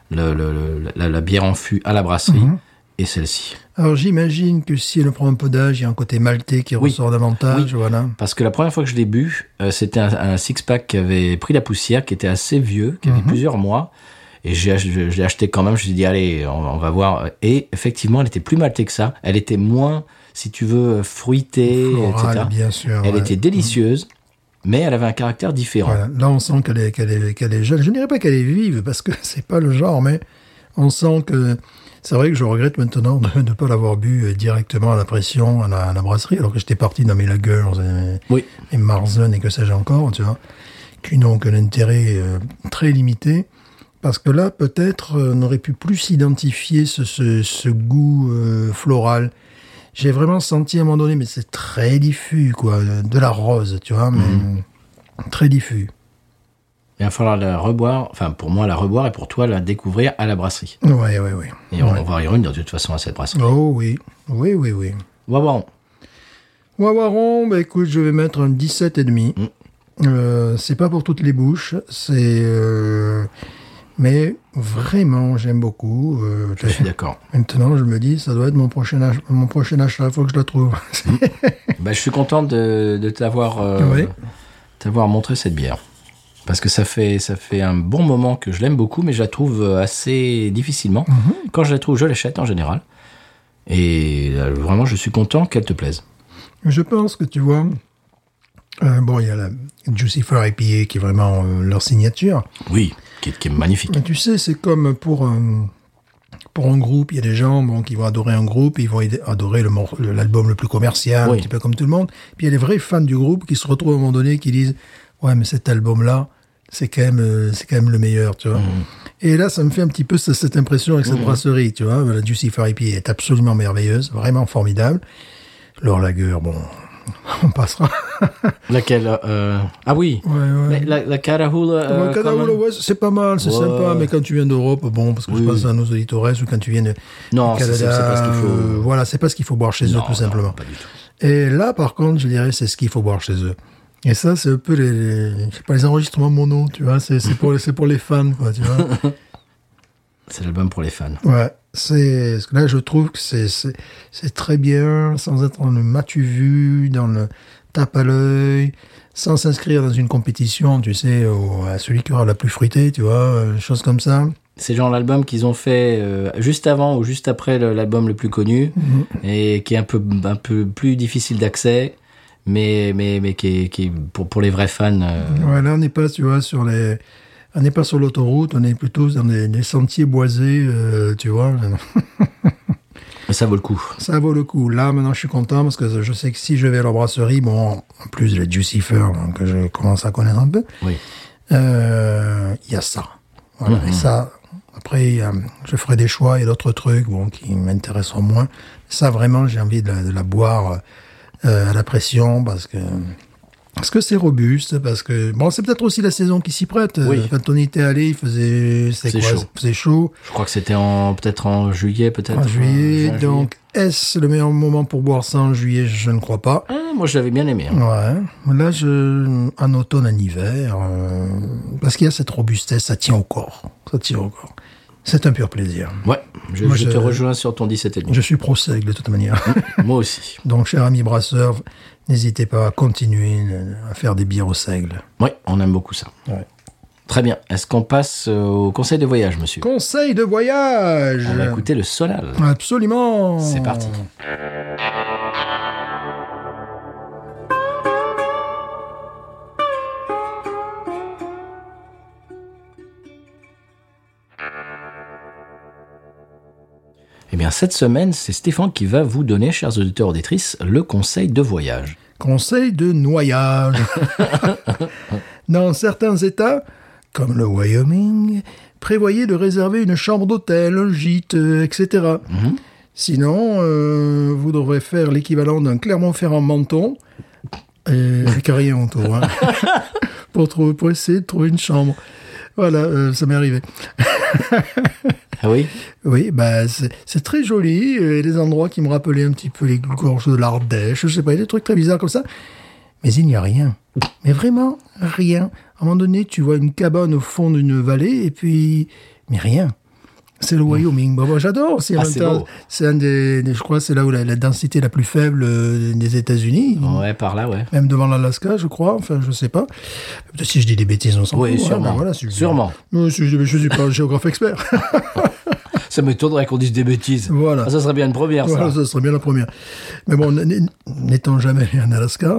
la bière en fût à la brasserie et celle-ci. Alors j'imagine que si elle prend un peu d'âge, il y a un côté maltais qui ressort davantage. Oui. Voilà. Parce que la première fois que je l'ai bu, c'était un six-pack qui avait pris la poussière, qui était assez vieux, qui avait plusieurs mois. Et je l'ai acheté quand même, je me suis dit, allez, on va voir. Et effectivement, elle était plus maltée que ça. Elle était moins, si tu veux, fruitée, florale, etc. Bien sûr. Elle était délicieuse, mais elle avait un caractère différent. Voilà. Là, on sent qu'elle est jeune. Je ne dirais pas qu'elle est vive, parce que c'est pas le genre, mais on sent que... C'est vrai que je regrette maintenant de ne pas l'avoir bu directement à la pression, à la brasserie, alors que j'étais parti dans mes lagers, et Marzen et que sais-je encore, tu vois, qui n'ont qu'un intérêt très limité. Parce que là, peut-être, on aurait pu plus identifier ce goût floral. J'ai vraiment senti à un moment donné, mais c'est très diffus, quoi, de la rose, tu vois, mais très diffus. Il va falloir la reboire, enfin pour moi la reboire et pour toi la découvrir à la brasserie. Oui. Et on va y revenir de toute façon à cette brasserie. Oh oui. Wawaron, bah écoute, je vais mettre un 17,5. C'est pas pour toutes les bouches, mais vraiment j'aime beaucoup. Je suis d'accord. Maintenant je me dis, ça doit être mon prochain achat, il faut que je la trouve. Je suis content de t'avoir montré cette bière. Parce que ça fait un bon moment que je l'aime beaucoup, mais je la trouve assez difficilement. Quand je la trouve, je l'achète en général. Et vraiment, je suis content qu'elle te plaise. Je pense que tu vois... il y a la Jucifer IPA qui est vraiment leur signature. Oui, qui est magnifique. Mais tu sais, c'est comme pour un groupe, il y a des gens qui vont adorer un groupe, ils vont adorer l'album le plus commercial, un petit peu comme tout le monde. Puis il y a les vrais fans du groupe qui se retrouvent à un moment donné, qui disent... ouais, mais cet album-là, c'est quand même le meilleur, tu vois. Et là, ça me fait un petit peu cette impression avec cette brasserie, tu vois. La Jucifer IPA est absolument merveilleuse, vraiment formidable. L'Orlager, bon, on passera. Laquelle Ah oui. Ouais, ouais. Mais la Carahoula. Carahoula, ouais, c'est pas mal, c'est sympa, mais quand tu viens d'Europe, bon, parce que je pense à nos auditeurs, ou quand tu viens de Non, du Canada, c'est pas ce qu'il faut. Voilà, c'est pas ce qu'il faut boire chez eux, tout simplement. Non, pas du tout. Et là, par contre, je dirais, c'est ce qu'il faut boire chez eux. Et ça, c'est un peu je sais pas, les enregistrements mono, tu vois, c'est pour les fans, quoi, tu vois. C'est l'album pour les fans. Ouais, parce que là, je trouve que c'est très bien, sans être dans le m'as-tu vu, dans le tape à l'œil, sans s'inscrire dans une compétition, tu sais, à celui qui aura la plus fruitée, tu vois, choses comme ça. C'est genre l'album qu'ils ont fait juste avant ou juste après l'album le plus connu et qui est un peu plus difficile d'accès, mais qui est pour les vrais fans. Ouais, là, on n'est pas, tu vois, on n'est pas sur l'autoroute, on est plutôt dans des sentiers boisés, tu vois. Mais ça vaut le coup. Ça vaut le coup. Là, maintenant, je suis content parce que je sais que si je vais à la brasserie, bon, en plus les Jucifer, que je commence à connaître un peu, Oui. y a ça. Voilà. Et ça, après, je ferai des choix et d'autres trucs, bon, qui m'intéresseront moins. Ça, vraiment, j'ai envie de la boire à la pression parce que c'est robuste, parce que bon, c'est peut-être aussi la saison qui s'y prête. Oui. Quand on y était allé, il faisait chaud. Je crois que c'était peut-être en juillet, peut-être. En juillet, juin, donc est-ce le meilleur moment pour boire ça en juillet? Je ne crois pas. Ah, moi, je l'avais bien aimé. Hein. Ouais. Là, en automne, en hiver, parce qu'il y a cette robustesse, ça tient au corps. C'est un pur plaisir. Ouais, je te rejoins sur ton 17,5. Je suis pro-seigle de toute manière. Moi aussi. Donc, cher ami brasseur, n'hésitez pas à continuer à faire des bières au seigle. Oui, on aime beaucoup ça. Ouais. Très bien. Est-ce qu'on passe au conseil de voyage, monsieur? Conseil de voyage. On va écouter le Solal. Absolument. C'est parti. Eh bien, cette semaine, c'est Stéphane qui va vous donner, chers auditeurs auditrices, le conseil de voyage. Conseil de noyage. Dans certains États, comme le Wyoming, prévoyez de réserver une chambre d'hôtel, un gîte, etc. Sinon, vous devrez faire l'équivalent d'un Clermont-Ferrand-Menton, avec rien autour, hein, pour essayer de trouver une chambre. Voilà, ça m'est arrivé. Ah oui? Oui, bah c'est très joli. Il y a des endroits qui me rappelaient un petit peu les gorges de l'Ardèche. Je sais pas, il y a des trucs très bizarres comme ça. Mais il n'y a rien. Mais vraiment, rien. À un moment donné, tu vois une cabane au fond d'une vallée et puis... Mais rien. C'est le Wyoming. Bon, j'adore. C'est beau. C'est je crois, c'est là où la densité la plus faible des États-Unis. Ouais, par là, ouais. Même devant l'Alaska, je crois. Enfin, je sais pas. Peut-être si je dis des bêtises, on s'en fout. Oui, sûrement. Ben voilà, Sûrement. Je suis pas un géographe expert. Ça m'étonnerait qu'on dise des bêtises. Voilà. Ah, ça serait bien une première, ça. Voilà, ça serait bien la première. Mais bon, n'étant jamais allé en Alaska,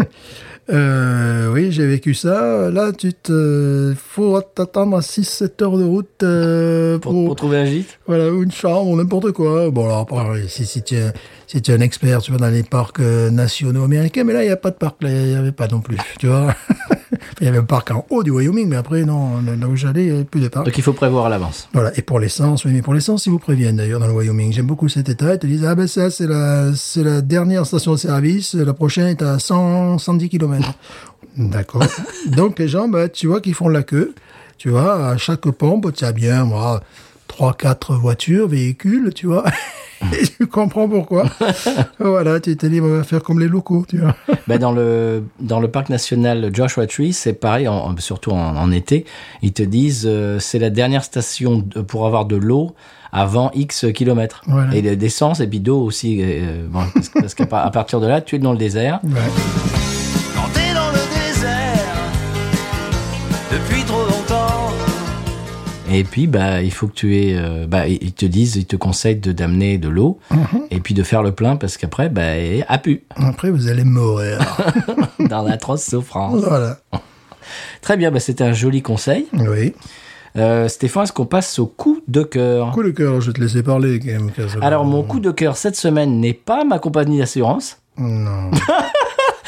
oui, j'ai vécu ça. Là, faut t'attendre à 6-7 heures de route Pour trouver un gîte. Voilà, ou une chambre, ou n'importe quoi. Bon, alors, après, si tu es un expert, tu vas dans les parcs nationaux américains, mais là, il n'y a pas de parc, là, il n'y avait pas non plus, tu vois. Il y avait un parc en haut du Wyoming, mais après, non, là où j'allais, il n'y avait plus de parc. Donc il faut prévoir à l'avance. Voilà, et pour l'essence, oui, mais pour l'essence, ils vous préviennent d'ailleurs dans le Wyoming. J'aime beaucoup cet état, ils te disent, ah ben ça, c'est la dernière station de service, la prochaine est à 110 km. D'accord. Donc les gens, bah, tu vois qu'ils font la queue, tu vois, à chaque pompe, tu as bien, moi, 3-4 voitures, véhicules, tu vois. Et tu comprends pourquoi. Voilà, tu t'es dit, on va faire comme les locaux, tu vois. Ben dans le parc national Joshua Tree, c'est pareil, surtout en été. Ils te disent, c'est la dernière station pour avoir de l'eau avant X kilomètres. Voilà. Et d'essence, et puis d'eau aussi. Bon, parce qu'à partir de là, tu es dans le désert. Ouais. Quand t'es dans le désert depuis trop longtemps. Et puis, bah, il faut que tu aies, ils te conseillent d'amener de l'eau, et puis de faire le plein, parce qu'après, bah, à pu. Après, vous allez mourir. Dans l'atroce souffrance. Voilà. Très bien, bah, c'était un joli conseil. Oui. Stéphane, est-ce qu'on passe au coup de cœur? Coup de cœur, je vais te laisser parler, quand même. Alors, mon coup de cœur cette semaine n'est pas ma compagnie d'assurance. Non.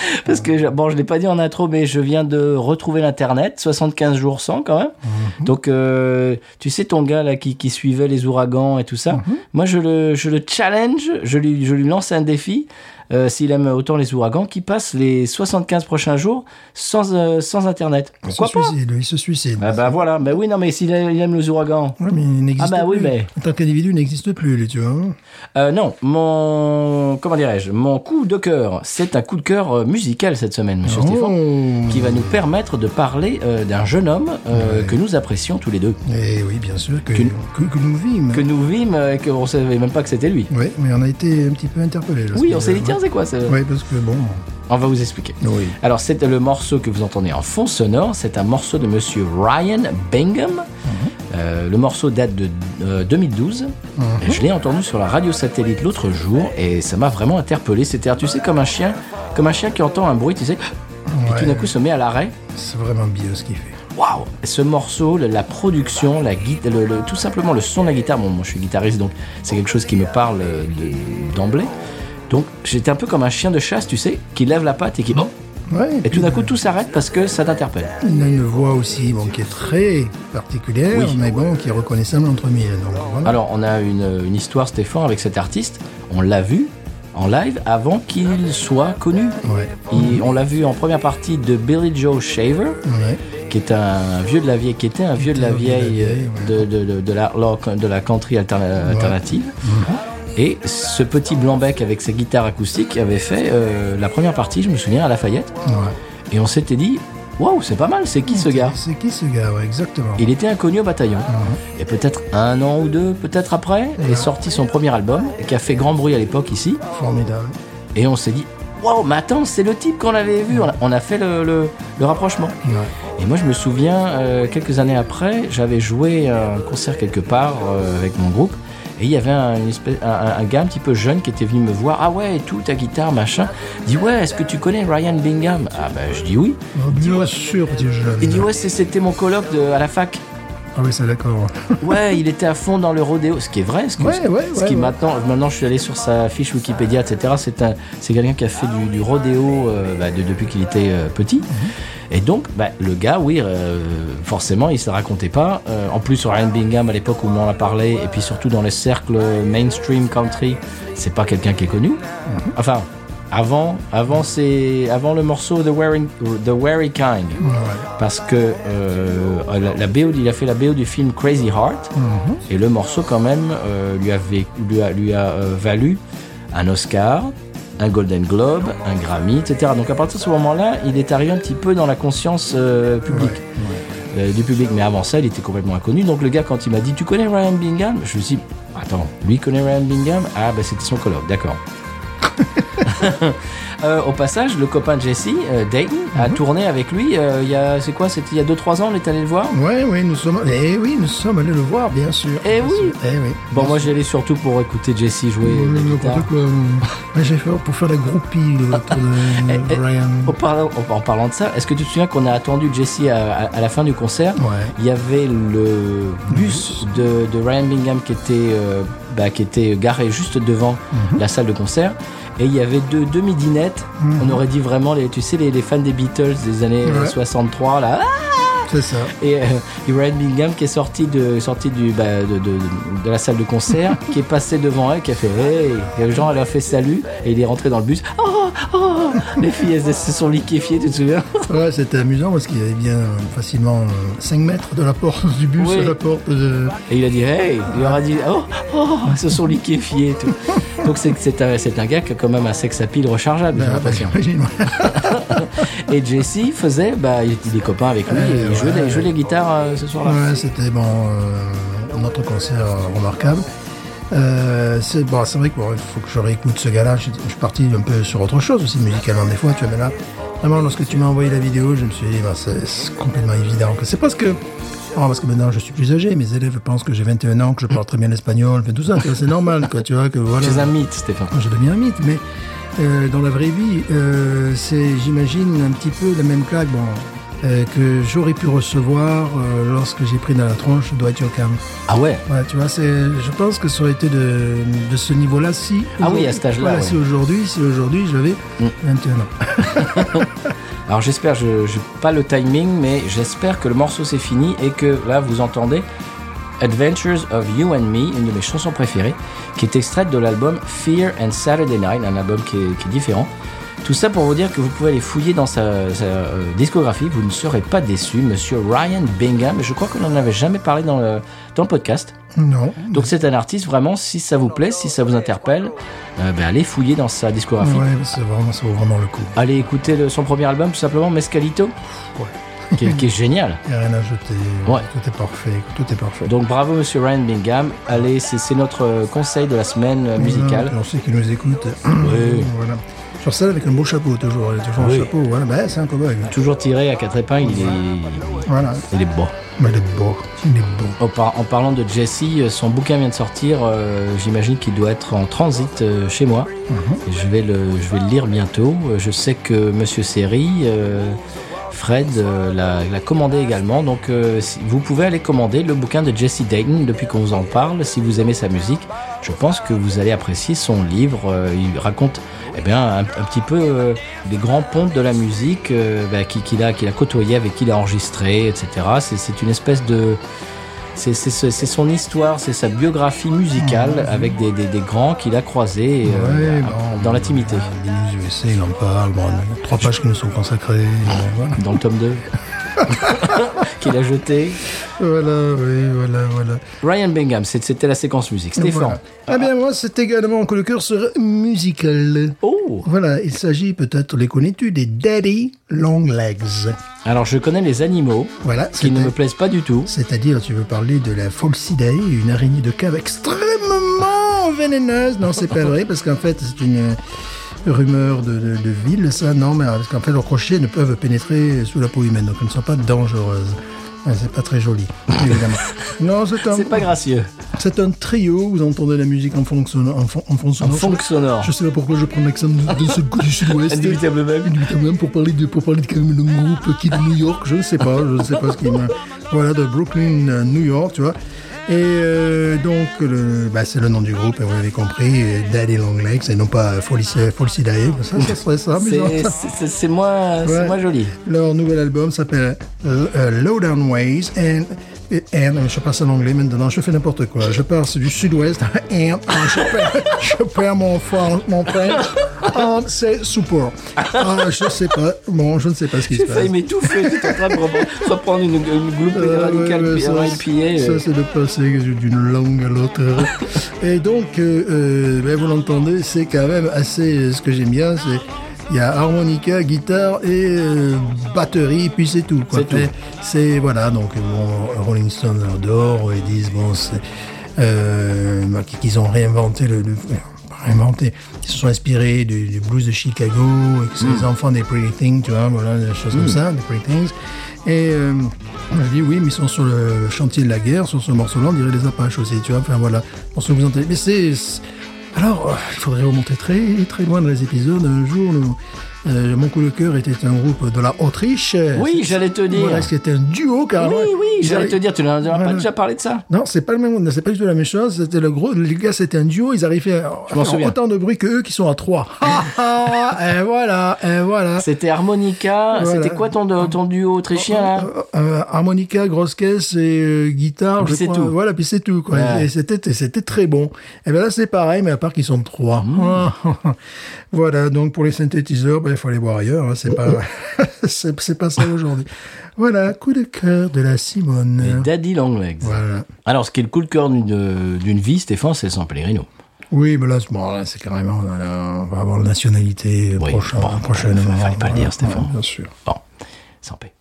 Parce que, je l'ai pas dit en intro, mais je viens de retrouver l'Internet, 75 jours sans quand même. Donc, tu sais, ton gars là qui suivait les ouragans et tout ça, moi je le challenge, je lui lance un défi. S'il aime autant les ouragans, qui passe les 75 prochains jours sans Internet. Pourquoi pas? Il se suicide. Ah bah voilà, bah oui, non, mais s'il aime les ouragans. Ouais, mais il n'existe oui, plus. mais... En tant qu'individu, il n'existe plus, lui, tu vois. Non, mon coup de cœur, c'est un coup de cœur musical cette semaine, monsieur Stéphane, qui va nous permettre de parler d'un jeune homme que nous apprécions tous les deux. Et oui, bien sûr, que nous vîmes. Que nous vîmes et qu'on ne savait même pas que c'était lui. Oui, mais on a été un petit peu interpellés. Oui, on s'est dit, tiens, c'est quoi ça? Oui, parce que bon... On va vous expliquer. Oui. Alors, c'est le morceau que vous entendez en fond sonore, c'est un morceau de monsieur Ryan Bingham. Le morceau date de 2012. Et je l'ai entendu sur la radio satellite l'autre jour et ça m'a vraiment interpellé. C'est-à-dire, tu sais, comme un chien qui entend un bruit, tu sais, et tout d'un coup se met à l'arrêt. C'est vraiment bien ce qu'il fait. Waouh! Ce morceau, la production, tout simplement le son de la guitare. Bon, moi je suis guitariste, donc c'est quelque chose qui me parle d'emblée. Donc j'étais un peu comme un chien de chasse, tu sais, qui lève la patte et qui... Ouais, et tout d'un coup tout s'arrête parce que ça t'interpelle. Il a une voix aussi qui est très particulière, mais bon, qui est reconnaissable entre mille. Donc, voilà. Alors on a une histoire, Stéphane, avec cet artiste. On l'a vu en live avant qu'il soit connu. Ouais. On l'a vu en première partie de Billy Joe Shaver. Ouais. Qui était un vieux de la vieille, de la country alternative. Et ce petit blanc-bec avec ses guitares acoustiques avait fait la première partie, je me souviens, à Lafayette. Ouais. Et on s'était dit, waouh, c'est pas mal, c'est qui ce gars? C'est qui ce gars, ouais, exactement. Il était inconnu au bataillon. Et peut-être un an ou deux, peut-être après, est sorti son premier album, qui a fait grand bruit à l'époque ici. Formidable. Et on s'est dit, waouh, mais attends, c'est le type qu'on avait vu. On a fait le rapprochement. Ouais. Et moi, je me souviens, quelques années après, j'avais joué un concert quelque part avec mon groupe. Et il y avait un gars un petit peu jeune qui était venu me voir. Ah ouais, et tout, ta guitare, machin. Il dit, ouais, est-ce que tu connais Ryan Bingham? Ah ben, je dis oui. Bien sûr, tu es jeune. Il dit, ouais, c'était mon coloc à la fac. Ah oui, c'est d'accord. Ouais, il était à fond dans le rodéo, ce qui est vrai. Maintenant, je suis allé sur sa fiche Wikipédia, etc. C'est quelqu'un qui a fait du rodéo depuis qu'il était petit. Et donc, le gars, oui, forcément, il ne se la racontait pas. En plus, Ryan Bingham, à l'époque où on en a parlé, et puis surtout dans les cercles mainstream country, c'est pas quelqu'un qui est connu. Enfin, avant le morceau The Weary Kind, parce que il a fait la BO du film Crazy Heart, et le morceau quand même lui a valu un Oscar, un Golden Globe, un Grammy, etc. Donc à partir de ce moment-là, il est arrivé un petit peu dans la conscience publique. Du public, mais avant ça il était complètement inconnu. Donc le gars, quand il m'a dit, tu connais Ryan Bingham, je me suis dit, attends, lui connaît Ryan Bingham? Ah c'était son coloc, d'accord. Au passage, le copain de Jesse, Dayton, a tourné avec lui. Il y a 2-3 ans, on est allé le voir. Oui, nous sommes allés le voir, bien sûr. Oui. Bon, moi, sûr. j'y allais surtout pour écouter Jesse jouer la guitare. J'ai fait pour faire la groupie de Ryan. En parlant de ça, est-ce que tu te souviens qu'on a attendu Jesse à la fin du concert? Il y avait le bus de Ryan Bingham qui était garé juste devant la salle de concert. Et il y avait deux midinettes. On aurait dit vraiment les fans des Beatles des années 63 là. C'est ça. Et Ryan Bingham qui est sorti de la salle de concert, qui est passé devant elle, qui a fait hey, et les gens elle a fait salut et il est rentré dans le bus. Les filles elles se sont liquéfiées, tu te souviens? Ouais, c'était amusant parce qu'il y avait bien facilement 5 mètres de la porte du bus à la porte de... Et il a dit hey, il leur a dit elles se sont liquéfiées et tout. Donc c'est un gars qui a quand même un sex appeal rechargeable, j'ai l'impression. Et Jesse faisait, il est copain avec lui et il jouait les guitares ce soir-là. Ouais, c'était notre concert remarquable. C'est vrai qu'il faut que je réécoute ce gars-là. Je suis parti un peu sur autre chose aussi musicalement des fois, tu vois, mais là, vraiment, lorsque tu m'as envoyé la vidéo, je me suis dit, c'est complètement évident que c'est parce que maintenant je suis plus âgé, mes élèves pensent que j'ai 21 ans, que je parle très bien l'espagnol, tout ça, c'est normal, quoi, tu vois, que voilà. Tu es un mythe, Stéphane. Je deviens un mythe, mais dans la vraie vie, c'est, j'imagine, un petit peu la même claque. Bon, que j'aurais pu recevoir lorsque j'ai pris dans la tronche Dwight Yoakam. Ah ouais. Ouais, tu vois, je pense que ça aurait été de ce niveau-là si. Ah oui, à cet âge-là. Voilà, ouais. si aujourd'hui j'avais 21 ans. Alors j'espère, je n'ai pas le timing, mais j'espère que le morceau c'est fini et que là vous entendez Adventures of You and Me, une de mes chansons préférées, qui est extraite de l'album Fear and Saturday Night, un album qui est différent. Tout ça pour vous dire que vous pouvez aller fouiller dans sa discographie, vous ne serez pas déçus. Monsieur Ryan Bingham, je crois qu'on n'en avait jamais parlé dans le podcast. Non. Donc c'est un artiste vraiment, si ça vous plaît, si ça vous interpelle, allez fouiller dans sa discographie. Ouais, ça vaut vraiment le coup. Allez écouter son premier album, tout simplement, Mescalito, qui est génial. Il n'y a rien à jeter. Ouais. Tout est parfait. Donc bravo Monsieur Ryan Bingham. Allez, c'est notre conseil de la semaine musicale. On sait qu'il nous écoute. Oui. Voilà. Sur ça, avec un beau chapeau, toujours Oui. un chapeau. Voilà. C'est un cow-boy. Toujours tiré à quatre épingles, Voilà. il est beau. Mais il est beau. En parlant de Jesse, son bouquin vient de sortir. J'imagine qu'il doit être en transit chez moi. Et je vais le lire bientôt. Je sais que Monsieur Seri, Fred, l'a commandé également. Donc vous pouvez aller commander le bouquin de Jesse Dayton depuis qu'on vous en parle. Si vous aimez sa musique, je pense que vous allez apprécier son livre. Il raconte un petit peu les grands pontes de la musique qu'il a côtoyé, avec qui il a enregistré, etc. C'est une espèce de... C'est son histoire, c'est sa biographie musicale avec des grands qu'il a croisés dans l'intimité. Les USA, il en parle. Bon, 3 pages qui nous sont consacrées. Voilà. Dans le tome 2 qu'il a jeté. Voilà. Ryan Bingham, c'était la séquence musique. Stéphane. Voilà. Moi, c'est également mon coup de cœur sur musical. Oh. Voilà, il s'agit peut-être, les connais-tu, des Daddy Long Legs. Alors, je connais les animaux qui ne me plaisent pas du tout. C'est-à-dire, tu veux parler de la Pholcidae, une araignée de cave extrêmement vénéneuse. Non, c'est pas vrai, parce qu'en fait, c'est une rumeur de ville, ça. Non, mais parce qu'en fait, leurs crochets ne peuvent pénétrer sous la peau humaine, donc elles ne sont pas dangereuses. Ouais, c'est pas très joli, évidemment. Non, c'est pas gracieux. C'est un trio, vous entendez la musique en fond sonore. En fond sonore. Je sais pas pourquoi je prends l'accent du sud-ouest. Indubitablement. Pour parler quand même d'un groupe qui est de New York, je ne sais pas ce qui m'a... Voilà, de Brooklyn, New York, tu vois. Et donc, c'est le nom du groupe, vous l'avez compris, Daddy Long Legs, et non pas Pholcidae. Ça serait ça. C'est moins joli. Leur nouvel album s'appelle Low Down Ways, and je passe en anglais maintenant, je fais n'importe quoi. Je passe du sud-ouest, je perds mon French. C'est super. Je sais pas. Bon, je ne sais pas ce qui se passe. J'ai failli m'étouffer. Tu es en train de reprendre une gloupe radicale IPA. Ça, c'est de passer d'une langue à l'autre. Et donc, vous l'entendez, c'est quand même assez... Ce que j'aime bien, c'est... Il y a harmonica, guitare et batterie, puis c'est tout. Quoi. C'est voilà, donc Rolling Stones adorent, ils disent qu'ils ont réinventé ils se sont inspirés du blues de Chicago, et que c'est les enfants des Pretty Things, tu vois, voilà, des choses comme ça, des Pretty Things. Et je dis oui, mais ils sont sur le chantier de la guerre, sur ce morceau-là, on dirait les Apaches aussi, tu vois, enfin voilà, pour ce que vous entendez. Mais alors, il faudrait remonter très, très loin dans les épisodes. Un jour, mon coup de cœur était un groupe de la Autriche. Oui, j'allais te dire. Voilà, c'était un duo, carrément. Oui, j'allais te dire, tu n'as pas déjà parlé de ça? Non, c'est pas le même, c'est pas du tout la même chose. C'était les gars, c'était un duo, ils arrivaient à faire autant de bruit que eux qui sont à 3. Et voilà. C'était harmonica, voilà. C'était quoi ton duo autrichien, là? Harmonica, grosse caisse et guitare, puis je crois. Tout. Voilà, puis c'est tout, quoi. Ouais. Et c'était très bon. Et ben là, c'est pareil, mais à part qu'ils sont 3. Voilà, donc pour les synthétiseurs, il faut aller voir ailleurs, hein. C'est pas ça aujourd'hui. Voilà, coup de cœur de la Simone. Et Daddy Long Legs. Voilà. Alors, ce qui est le coup de cœur d'une vie, Stéphane, c'est San Pellegrino. Oui, mais là, c'est carrément, on va avoir la nationalité prochainement. Il fallait pas le dire, Stéphane. Bien sûr. Bon, sans paix.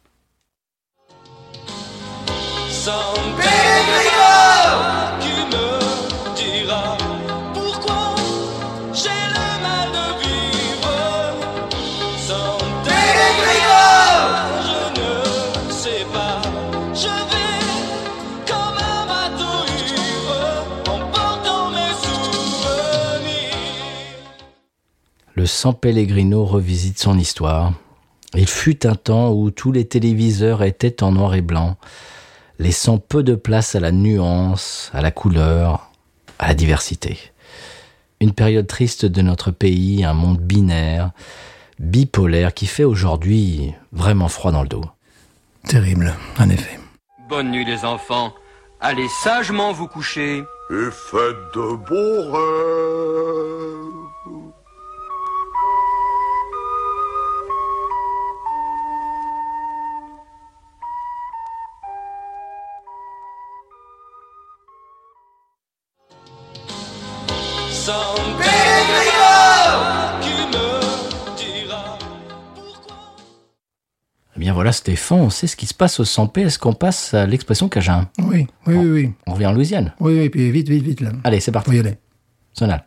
San Pellegrino, qui me dira pourquoi j'ai le mal de vivre. San Pellegrino, je ne sais pas, je vais comme un bateau ivre en portant mes souvenirs. Le San Pellegrino revisite son histoire. Il fut un temps où tous les téléviseurs étaient en noir et blanc, laissant peu de place à la nuance, à la couleur, à la diversité. Une période triste de notre pays, un monde binaire, bipolaire, qui fait aujourd'hui vraiment froid dans le dos. Terrible, en effet. Bonne nuit les enfants. Allez sagement vous coucher. Et faites de beaux rêves. Sans Pégrillon qui me dira pourquoi. Eh bien voilà Stéphane, on sait ce qui se passe au 100p. Est-ce qu'on passe à l'expression Cajun? Oui. On revient en Louisiane. Oui, puis vite, là. Allez, c'est parti. Faut y aller. Sonal.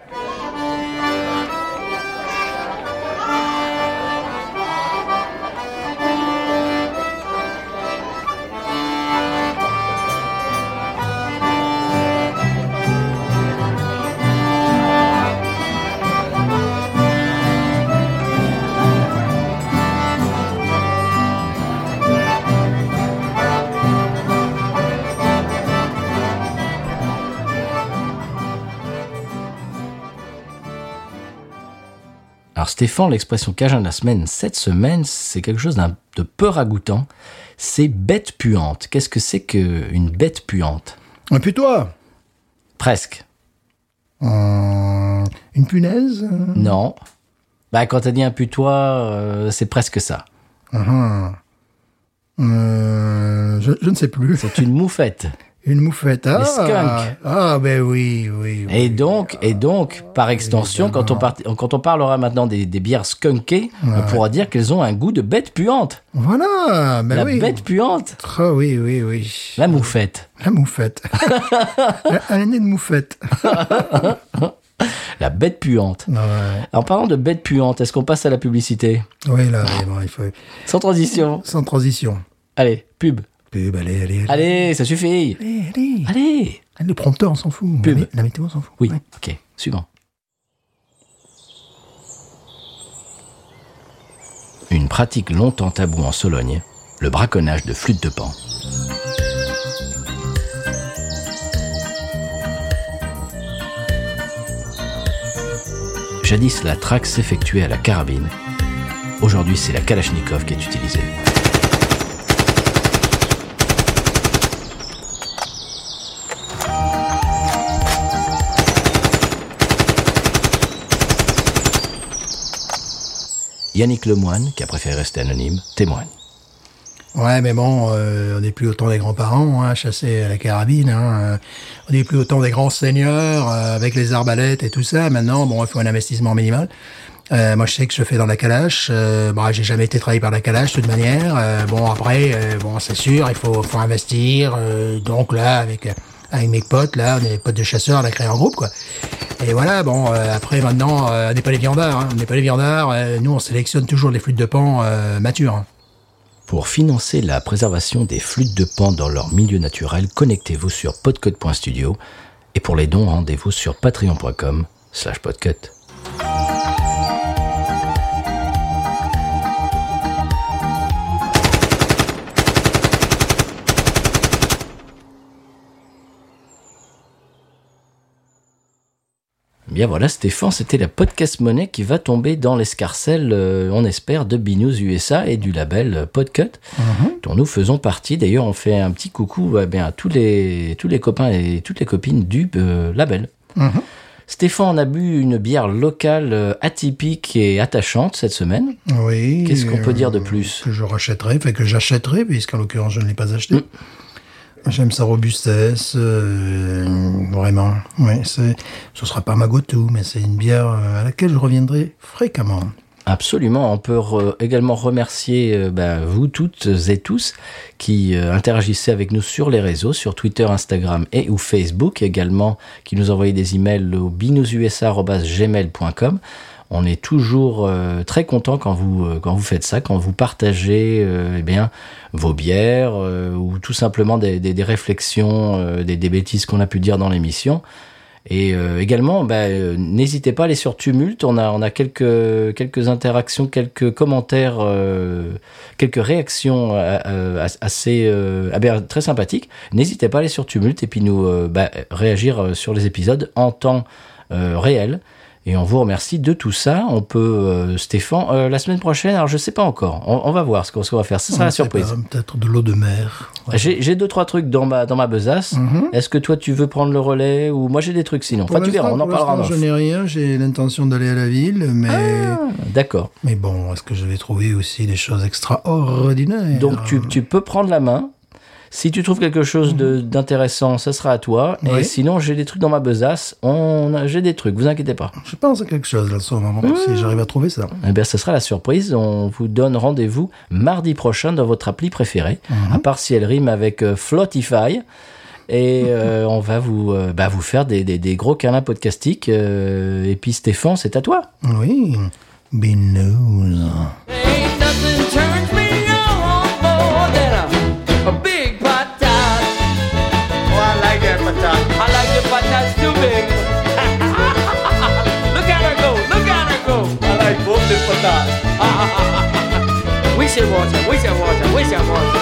Alors Stéphane, l'expression Cajun de la semaine, cette semaine, c'est quelque chose de peu ragoûtant. C'est bête puante. Qu'est-ce que c'est qu'une bête puante? Un putois. Presque. Une punaise. Non. Bah, quand t'as dit un putois, c'est presque ça. Je ne sais plus. C'est une moufette. Une moufette. Les skunks. Ben oui. Et donc, par extension, quand on parlera maintenant des bières skunkées, on pourra dire qu'elles ont un goût de bête puante. Voilà, ben La oui. bête puante. Ah oui. La moufette. La moufette. Elle est née de moufette. La bête puante. Ouais. En parlant de bête puante, est-ce qu'on passe à la publicité? Oui, là, bon, il faut... Sans transition. Sans transition. Allez, pub. Pub, allez. Allez, ça suffit. Allez. Le prompteur, on s'en fout. Pub. La météo, on s'en fout. Oui, Ouais. ok, suivant. Une pratique longtemps taboue en Sologne, le braconnage de flûtes de Pan. Jadis, la traque s'effectuait à la carabine. Aujourd'hui, c'est la Kalachnikov qui est utilisée. Yannick Lemoine, qui a préféré rester anonyme, témoigne. Ouais, mais bon, on n'est plus au temps des grands-parents, hein, chasser à la carabine. Hein, on n'est plus au temps des grands seigneurs avec les arbalètes et tout ça. Maintenant, bon, il faut un investissement minimal. Moi, je sais que je fais dans la calache. J'ai jamais été travaillé par la calache, de toute manière. C'est sûr, il faut investir. Donc là, avec mes potes, là, on est des potes de chasseurs, on a créé un groupe, quoi. Et voilà, après, maintenant, on n'est pas les viandards. Hein, on n'est pas les viandards. Nous, on sélectionne toujours les flûtes de Pan matures. Hein. Pour financer la préservation des flûtes de Pan dans leur milieu naturel, connectez-vous sur podcut.studio et pour les dons, rendez-vous sur patreon.com/podcut. Bien voilà Stéphane, c'était la podcast monnaie qui va tomber dans l'escarcelle, on espère, de BNews USA et du label Podcut, dont nous faisons partie. D'ailleurs, on fait un petit coucou à tous les copains et toutes les copines du label. Stéphane, on a bu une bière locale atypique et attachante cette semaine. Oui. Qu'est-ce qu'on peut dire de plus? Que j'achèterai, puisqu'en l'occurrence, je ne l'ai pas acheté. J'aime sa robustesse, vraiment. Ouais, ce sera pas ma go-to, mais c'est une bière à laquelle je reviendrai fréquemment. Absolument. On peut également remercier vous toutes et tous qui interagissez avec nous sur les réseaux, sur Twitter, Instagram et ou Facebook, également qui nous envoyez des emails au binoususa@gmail.com. On est toujours très content quand vous faites ça, quand vous partagez vos bières ou tout simplement des réflexions, des bêtises qu'on a pu dire dans l'émission. Et également, n'hésitez pas à aller sur Tumult. On a quelques interactions, quelques commentaires, quelques réactions assez très sympathiques. N'hésitez pas à aller sur Tumult et puis nous réagir sur les épisodes en temps réel. Et on vous remercie de tout ça. On peut, Stéphane, la semaine prochaine, alors je sais pas encore. On va voir ce qu'on va faire. Ce sera la surprise. Peut-être de l'eau de mer. Ouais. J'ai 2-3 trucs dans ma besace. Est-ce que toi tu veux prendre le relais ou moi j'ai des trucs sinon. Pour tu verras, on en parlera en off. Je n'ai rien. J'ai l'intention d'aller à la ville, mais. D'accord. Mais bon, est-ce que je vais trouver aussi des choses extraordinaires? Donc tu peux prendre la main. Si tu trouves quelque chose d'intéressant, ça sera à toi. Oui. Et sinon, j'ai des trucs dans ma besace. J'ai des trucs, vous inquiétez pas. Je pense à quelque chose là, ce moment, si j'arrive à trouver ça. Eh bien, ce sera la surprise. On vous donne rendez-vous mardi prochain dans votre appli préférée. À part si elle rime avec Flotify. Et on va vous faire des gros câlins podcastiques. Et puis Stéphane, c'est à toi. Oui. Binous. Ain't nothing turns me on more than a big patat. Oh, I like that patat. I like the patats too big. Look at her go, look at her go. I like both the patats. We should watch her, we should watch her, we should watch her.